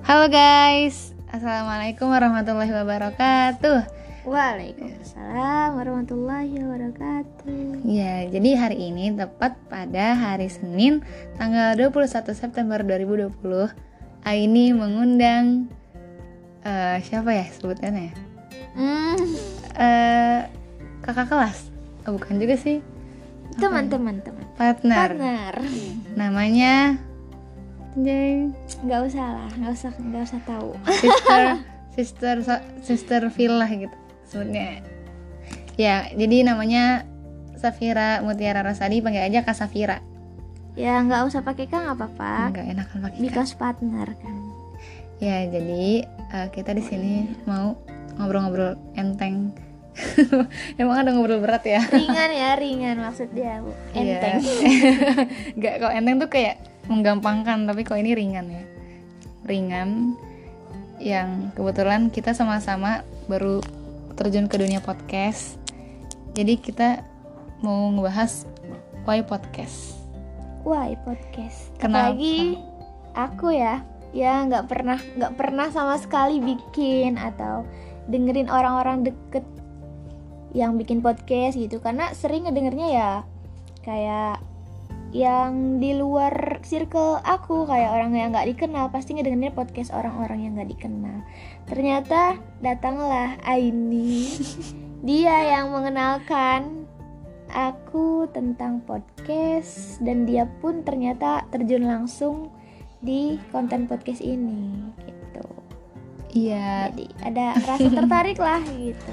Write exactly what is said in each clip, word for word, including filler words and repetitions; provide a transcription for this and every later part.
Halo guys, Assalamualaikum warahmatullahi wabarakatuh. Waalaikumsalam warahmatullahi wabarakatuh. Ya, jadi hari ini tepat pada hari Senin tanggal dua puluh satu September dua ribu dua puluh, Aini mengundang uh, siapa ya sebutannya? Hmm. Uh, kakak kelas? Oh, bukan juga sih. Teman-teman, teman. Partner. Partner. Namanya Jeng. Nggak usah lah, nggak usah, nggak usah tahu. Sister, sister, sister Villa gitu sebutnya. Ya, jadi namanya Safira Mutiara Rosadi, panggil aja Kak Safira. Ya, nggak usah pakai Kak, nggak apa-apa. Nggak enakan pakai Kak. Because partner kan. Ya, jadi uh, kita di sini mau ngobrol-ngobrol enteng. Emang ada ngobrol berat ya? Ringan ya, ringan maksudnya Bu. Enteng. Nggak, kalau enteng tuh kayak menggampangkan, tapi kok ini ringan ya. Ringan yang kebetulan kita sama-sama baru terjun ke dunia podcast. Jadi kita mau ngebahas why podcast. Why podcast? Kenapa? Apalagi aku ya, ya nggak pernah nggak pernah sama sekali bikin atau dengerin orang-orang deket yang bikin podcast gitu, karena sering ngedengernya ya kayak yang di luar circle aku, kayak orang yang nggak dikenal pasti ngedengernya podcast orang-orang yang nggak dikenal. Ternyata datanglah Aini, dia yang mengenalkan aku tentang podcast, dan dia pun ternyata terjun langsung di konten podcast ini gitu. Iya. Jadi ada rasa tertarik lah gitu.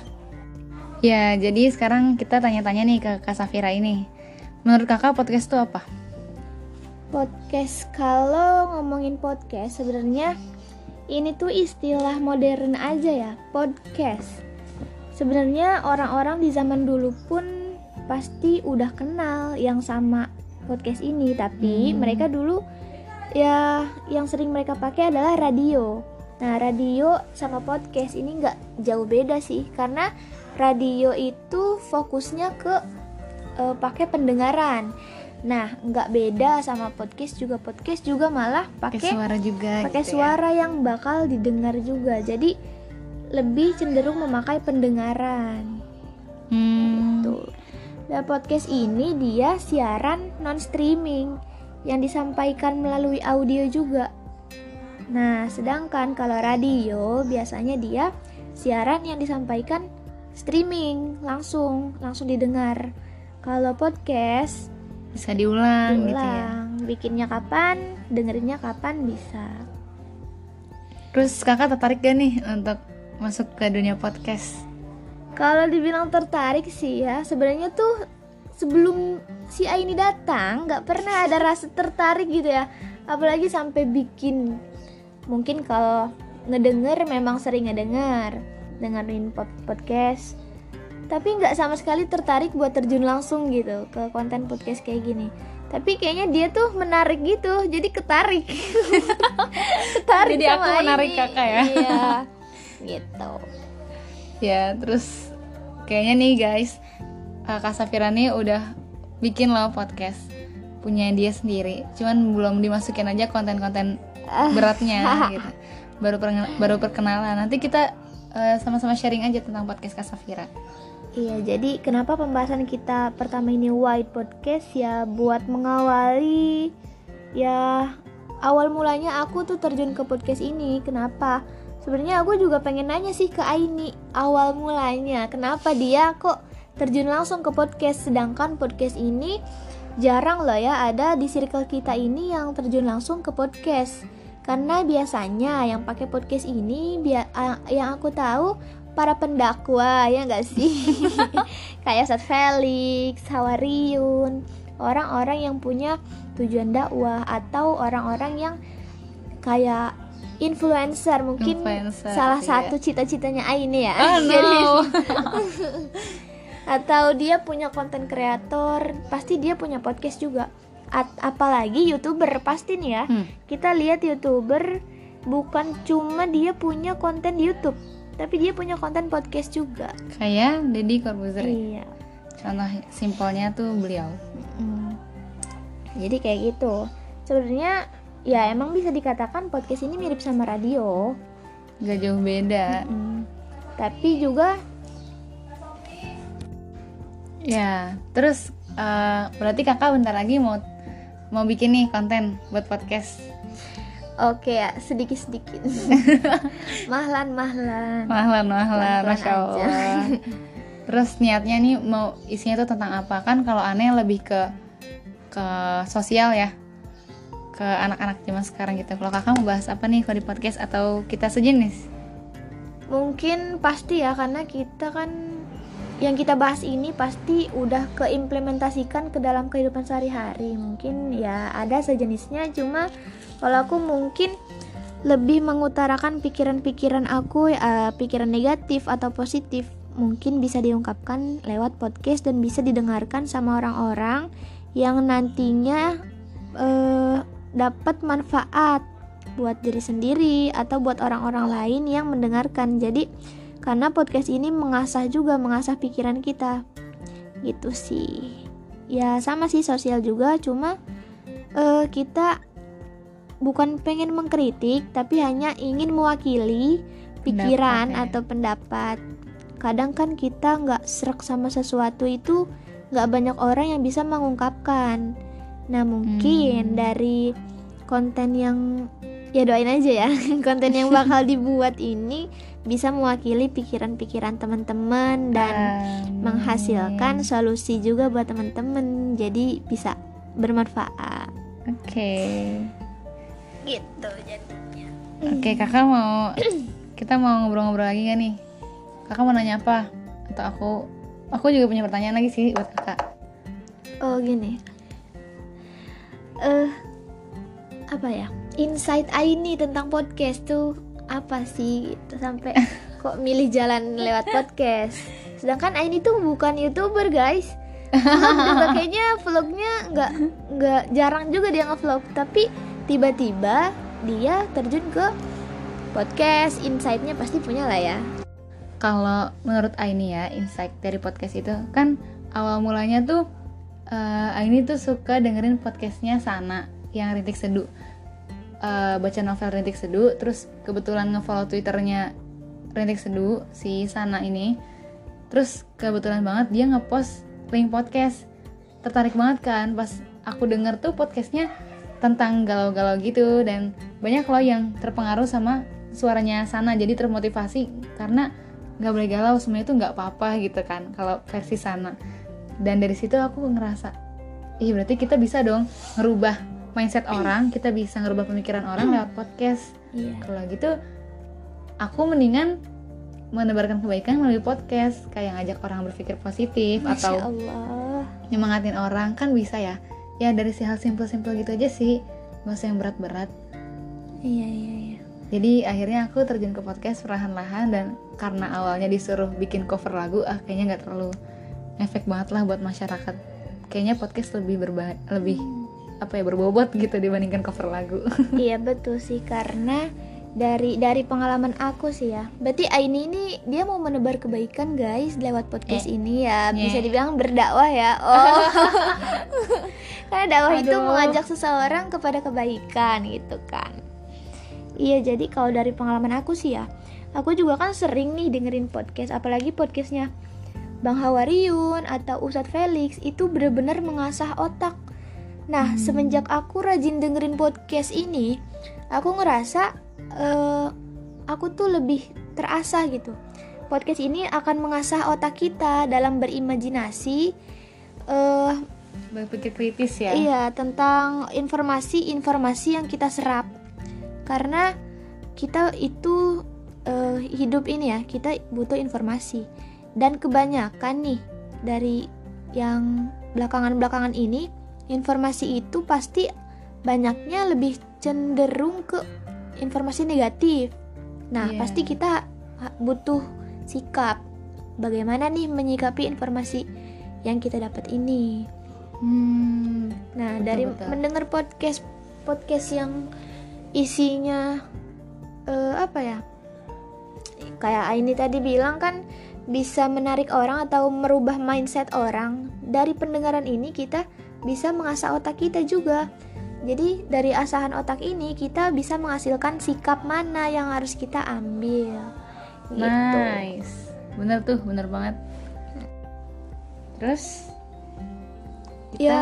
Ya, jadi sekarang kita tanya-tanya nih ke Kak Safira ini. Menurut kakak podcast itu apa? Podcast, kalau ngomongin podcast sebenarnya ini tuh istilah modern aja ya, podcast. Sebenarnya orang-orang di zaman dulu pun pasti udah kenal yang sama podcast ini, tapi hmm. mereka dulu ya yang sering mereka pakai adalah radio. Nah, radio sama podcast ini nggak jauh beda sih, karena radio itu fokusnya ke uh, pakai pendengaran. Nah, nggak beda sama podcast juga. Podcast juga malah pakai suara juga. Pakai gitu suara ya? yang bakal didengar juga. Jadi lebih cenderung memakai pendengaran. Hmm. Gitu. Nah, podcast ini dia siaran non streaming yang disampaikan melalui audio juga. Nah, sedangkan kalau radio biasanya dia siaran yang disampaikan streaming, langsung langsung didengar. Kalau podcast bisa diulang, diulang gitu ya. Bikinnya kapan, dengerinnya kapan bisa. Terus kakak tertarik gak nih untuk masuk ke dunia podcast? Kalau dibilang tertarik sih ya, sebenarnya tuh sebelum si Aini datang nggak pernah ada rasa tertarik gitu ya. Apalagi sampai bikin. Mungkin kalau ngedenger memang sering ngedenger, dengerin podcast, tapi nggak sama sekali tertarik buat terjun langsung gitu ke konten podcast kayak gini. Tapi kayaknya dia tuh menarik gitu, jadi ketarik. Ketarik jadi sama aku menarik ini. kakak ya. Iya, gitu. Ya, terus kayaknya nih guys, Kak Safira nih udah bikin loh podcast punya dia sendiri, cuman belum dimasukin aja konten-konten beratnya gitu. Baru per- baru perkenalan. Nanti kita uh, sama-sama sharing aja tentang podcast Kak Safira. Iya, jadi kenapa pembahasan kita pertama ini White Podcast ya, buat mengawali ya, awal mulanya aku tuh terjun ke podcast ini. Kenapa? Sebenarnya aku juga pengen nanya sih ke Aini, awal mulanya kenapa dia kok terjun langsung ke podcast, sedangkan podcast ini jarang loh ya ada di circle kita ini yang terjun langsung ke podcast. Karena biasanya yang pakai podcast ini bia- yang aku tahu para pendakwa, ya nggak sih? Kayak Ustadz Felix, Hawariun, orang-orang yang punya tujuan dakwah, atau orang-orang yang kayak influencer. Mungkin influencer, salah iya. satu cita-citanya Aini ya. Oh, no. Atau dia punya konten kreator, pasti dia punya podcast juga. At- apalagi YouTuber pasti nih ya. Hmm. Kita lihat YouTuber bukan cuma dia punya konten di YouTube, tapi dia punya konten podcast juga. Kayak Deddy Corbuzier. Iya. Contoh simpelnya tuh beliau. Hmm. Jadi kayak gitu. Sebenarnya ya emang bisa dikatakan podcast ini mirip sama radio. Gak jauh beda. Mm-mm. Tapi juga ya, terus uh, berarti kakak bentar lagi mau mau bikin nih konten buat podcast. oke ya, sedikit-sedikit. mahlan mahlan. Mahlan mahlan, Pelan-pelan masya aja. Allah. Terus niatnya nih mau isinya tuh tentang apa? Kan kalau aneh lebih ke ke sosial ya, ke anak-anak zaman sekarang gitu. Kalau kakak mau bahas apa nih kalau di podcast atau kita sejenis? Mungkin pasti ya, karena kita kan yang kita bahas ini pasti udah keimplementasikan ke dalam kehidupan sehari-hari. Mungkin ya ada sejenisnya, cuma kalau aku mungkin lebih mengutarakan pikiran-pikiran aku, uh, pikiran negatif atau positif, mungkin bisa diungkapkan lewat podcast dan bisa didengarkan sama orang-orang yang nantinya uh, dapat manfaat buat diri sendiri atau buat orang-orang lain yang mendengarkan. Jadi karena podcast ini mengasah juga, mengasah pikiran kita gitu sih. Ya sama sih, sosial juga, cuma uh, kita bukan pengen mengkritik, tapi hanya ingin mewakili pikiran Pendapat, ya. atau pendapat. Kadang kan kita nggak srek sama sesuatu itu, nggak banyak orang yang bisa mengungkapkan. Nah mungkin Hmm. dari konten yang, ya doain aja ya, konten yang bakal dibuat ini bisa mewakili pikiran-pikiran teman-teman dan Amin. menghasilkan solusi juga buat teman-teman. Jadi bisa bermanfaat. Oke. Gitu jadinya. Oke, kakak mau kita mau ngobrol-ngobrol lagi gak nih? Kakak mau nanya apa? Atau aku aku juga punya pertanyaan lagi sih buat kakak. Oh gini. Eh apa ya? Insight Aini tentang podcast tuh apa sih gitu, sampai kok milih jalan lewat podcast. Sedangkan Aini tuh bukan YouTuber, guys. Vlog juga kayaknya vlognya nggak nggak jarang juga dia nge-vlog, tapi tiba-tiba dia terjun ke podcast. Insight-nya pasti punya lah ya. Kalau menurut Aini ya, insight dari podcast itu kan awal mulanya tuh uh, Aini tuh suka dengerin podcastnya Sana yang Rintik Seduh, uh, baca novel Rintik Seduh. Terus kebetulan nge-follow Twitternya Rintik Seduh si Sana ini. Terus kebetulan banget dia nge-post link podcast. Tertarik banget kan pas aku denger tuh podcastnya tentang galau-galau gitu, dan banyak loh yang terpengaruh sama suaranya Sana, jadi termotivasi karena nggak boleh galau, semuanya itu nggak apa-apa gitu kan kalau versi Sana. Dan dari situ aku ngerasa, ih berarti kita bisa dong ngerubah mindset orang, kita bisa ngerubah pemikiran orang lewat podcast. Iya. Kalau gitu aku mendingan menebarkan kebaikan melalui podcast, kayak ngajak orang berpikir positif. Masya atau Allah. nyemangatin orang kan bisa ya. Ya dari si hal simpel-simpel gitu aja sih, gak usah yang berat-berat. Iya iya iya. Jadi akhirnya aku terjun ke podcast perlahan-lahan, dan karena awalnya disuruh bikin cover lagu, ah kayaknya nggak terlalu efek banget lah buat masyarakat. Kayaknya podcast lebih berba- lebih apa ya berbobot gitu dibandingkan cover lagu. Iya betul sih, karena dari dari pengalaman aku sih ya. Berarti Aini ini dia mau menebar kebaikan guys lewat podcast Eh, ini ya. Bisa yeah. dibilang berdakwah ya. Oh. Karena dakwah itu Aduh. mengajak seseorang kepada kebaikan gitu kan. Iya, jadi kalau dari pengalaman aku sih ya, aku juga kan sering nih dengerin podcast, apalagi podcastnya Bang Hawariun atau Ustadz Felix, itu benar-benar mengasah otak. Nah, Hmm. semenjak aku rajin dengerin podcast ini, aku ngerasa uh, aku tuh lebih terasah gitu. Podcast ini akan mengasah otak kita dalam berimajinasi, uh, Berpikir kritis ya. iya, tentang informasi-informasi yang kita serap. Karena kita itu uh, hidup ini ya, kita butuh informasi. Dan kebanyakan nih dari yang belakangan-belakangan ini, informasi itu pasti banyaknya lebih cenderung ke informasi negatif. Nah, Yeah. pasti kita butuh sikap bagaimana nih menyikapi informasi yang kita dapat ini. Hmm, Nah, betul, dari betul. mendengar podcast podcast yang isinya eh, apa ya? Kayak Aini tadi bilang kan bisa menarik orang atau merubah mindset orang. Dari pendengaran ini kita bisa mengasah otak kita juga. Jadi dari asahan otak ini kita bisa menghasilkan sikap mana yang harus kita ambil. Gitu. Nice. Bener tuh, bener banget. Terus kita... Ya.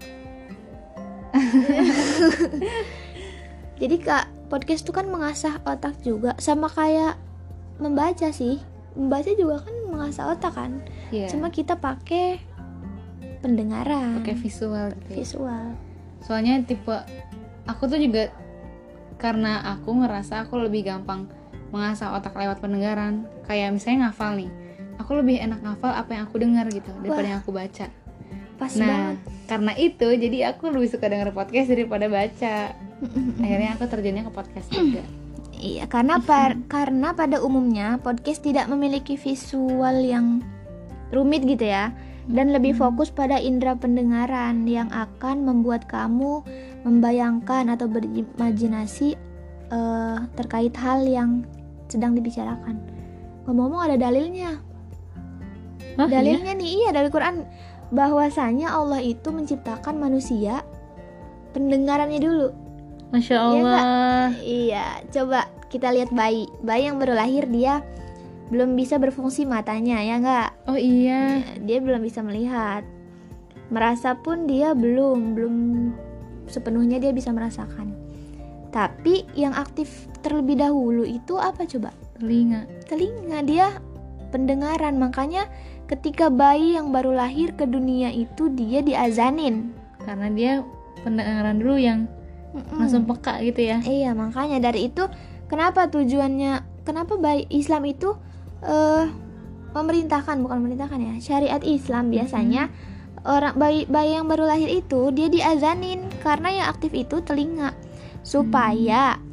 Jadi Kak, podcast tuh kan mengasah otak juga, sama kayak membaca sih. Membaca juga kan mengasah otak kan. yeah. Cuma kita pakai pendengaran, pakai visual gitu ya. visual. Soalnya tipe aku tuh juga, karena aku ngerasa aku lebih gampang mengasah otak lewat pendengaran. Kayak misalnya ngafal nih, aku lebih enak ngafal apa yang aku dengar gitu daripada Wah, yang aku baca. Pas Nah, banget. karena itu jadi aku lebih suka denger podcast daripada baca. Akhirnya aku terjunnya ke podcast juga. Iya, karena par- karena pada umumnya podcast tidak memiliki visual yang rumit gitu ya, dan lebih fokus pada indera pendengaran yang akan membuat kamu membayangkan atau berimajinasi uh, terkait hal yang sedang dibicarakan. Ngomong-ngomong ada dalilnya. Hah, Dalilnya nih, iya dari Quran, bahwasanya Allah itu menciptakan manusia pendengarannya dulu. Masya Iya Allah. nggak? Iya, coba kita lihat bayi. Bayi yang baru lahir dia belum bisa berfungsi matanya, ya nggak? Oh iya. Ya, dia belum bisa melihat. Merasa pun dia belum, belum sepenuhnya dia bisa merasakan. Tapi yang aktif terlebih dahulu itu apa coba? Telinga. Telinga, dia pendengaran. Makanya ketika bayi yang baru lahir ke dunia itu dia diazanin. Karena dia pendengaran dulu yang Mm-mm. langsung peka gitu ya. Iya, makanya dari itu kenapa tujuannya, kenapa bayi Islam itu uh, memerintahkan, bukan memerintahkan ya, syariat Islam biasanya mm-hmm. orang bayi bayi yang baru lahir itu dia diazanin karena yang aktif itu telinga, supaya mm.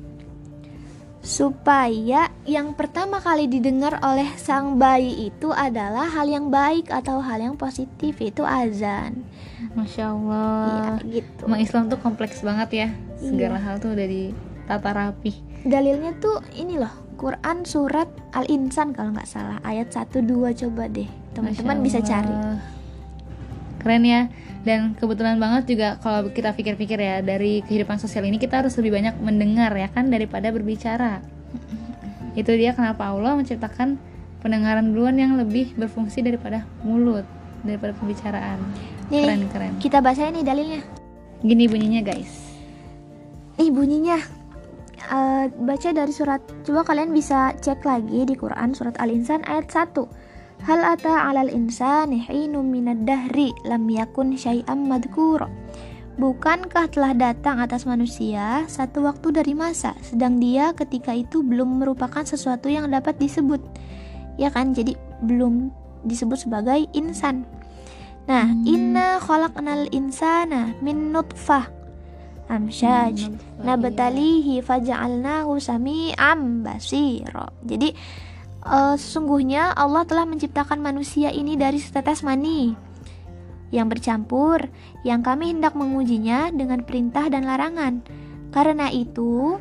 supaya yang pertama kali didengar oleh sang bayi itu adalah hal yang baik atau hal yang positif, itu azan. Masya Allah. Iya, gitu. Emang Islam tuh kompleks banget ya. Segala Iya. hal tuh udah ditata rapi. Dalilnya tuh ini loh, Quran surat Al-Insan kalau nggak salah, ayat satu dua, coba deh teman-teman bisa cari. Keren ya. Dan kebetulan banget juga kalau kita pikir-pikir ya, dari kehidupan sosial ini kita harus lebih banyak mendengar ya kan daripada berbicara. Itu dia kenapa Allah menciptakan pendengaran duluan yang lebih berfungsi daripada mulut, daripada pembicaraan. Nih, Keren-keren. kita bacain nih dalilnya. Gini bunyinya guys. Nih bunyinya, uh, baca dari surat, coba kalian bisa cek lagi di Quran surat Al-Insan ayat satu. Hal ata 'alal insani hinum minad dahri lam yakun syai'am madhkura. Bukankah telah datang atas manusia satu waktu dari masa, sedang dia ketika itu belum merupakan sesuatu yang dapat disebut. Ya kan, jadi belum disebut sebagai insan. Nah, hmm. inna khalaqnal insana min nutfah amsyaj hmm, nabtalihi faja'alnahu sami'an basira. Jadi uh, sesungguhnya Allah telah menciptakan manusia ini dari setetes mani yang bercampur, yang kami hendak mengujinya dengan perintah dan larangan. Karena itu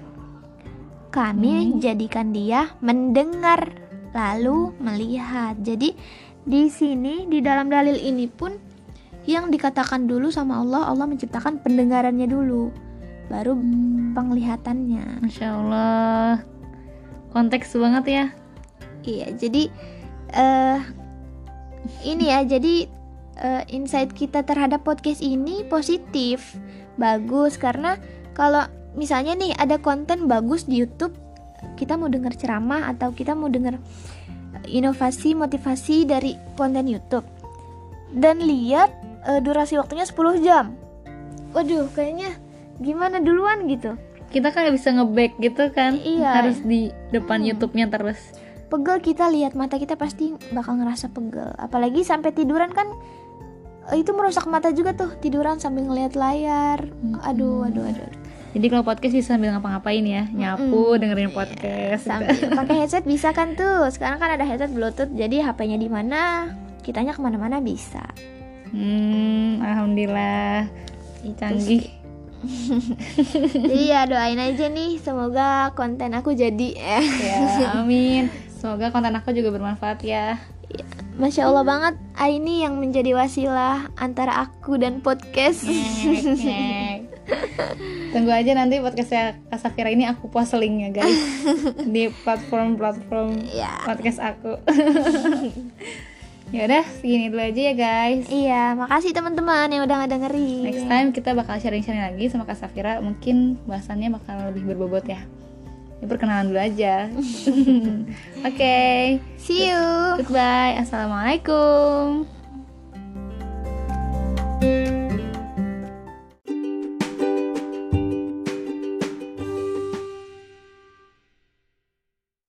kami hmm. jadikan dia mendengar lalu melihat. Jadi di sini, di dalam dalil ini pun yang dikatakan dulu sama Allah, Allah menciptakan pendengarannya dulu, baru hmm. penglihatannya. Masya Allah, konteks banget ya. Iya, jadi uh, ini ya, jadi uh, insight kita terhadap podcast ini positif, bagus. Karena kalau misalnya nih ada konten bagus di YouTube, kita mau dengar ceramah atau kita mau dengar inovasi motivasi dari konten YouTube dan lihat e, durasi waktunya sepuluh jam, waduh kayaknya gimana duluan gitu. Kita kan gak bisa nge-back gitu kan. Iya. Harus di depan hmm. YouTube-nya terus. Pegel kita lihat, mata kita pasti bakal ngerasa pegel. Apalagi sampai tiduran kan, e, itu merusak mata juga tuh, tiduran sambil ngelihat layar. hmm. Aduh aduh aduh, aduh. Jadi kalau podcast bisa sambil ngapa-ngapain ya, nyapu, mm. dengerin podcast. Sambil pakai headset bisa kan tuh. Sekarang kan ada headset Bluetooth, jadi H P-nya di mana, kitanya kemana-mana bisa. Hmm, alhamdulillah, itu canggih. Jadi ya doain aja nih, semoga konten aku jadi. Ya, amin. Semoga konten aku juga bermanfaat ya. Ya, Masya Allah banget, Aini yang menjadi wasilah antara aku dan podcast. Nyek, nyek. Tunggu aja nanti podcastnya Kak Safira ini aku post linknya guys di platform-platform Ya. podcast aku. Ya udah segini dulu aja ya guys. Iya, makasih teman-teman yang udah ngedengerin. Next time kita bakal sharing-sharing lagi sama Kak Safira. Mungkin bahasannya bakal lebih berbobot ya. Ini perkenalan dulu aja. Oke. See you. Goodbye. Assalamualaikum.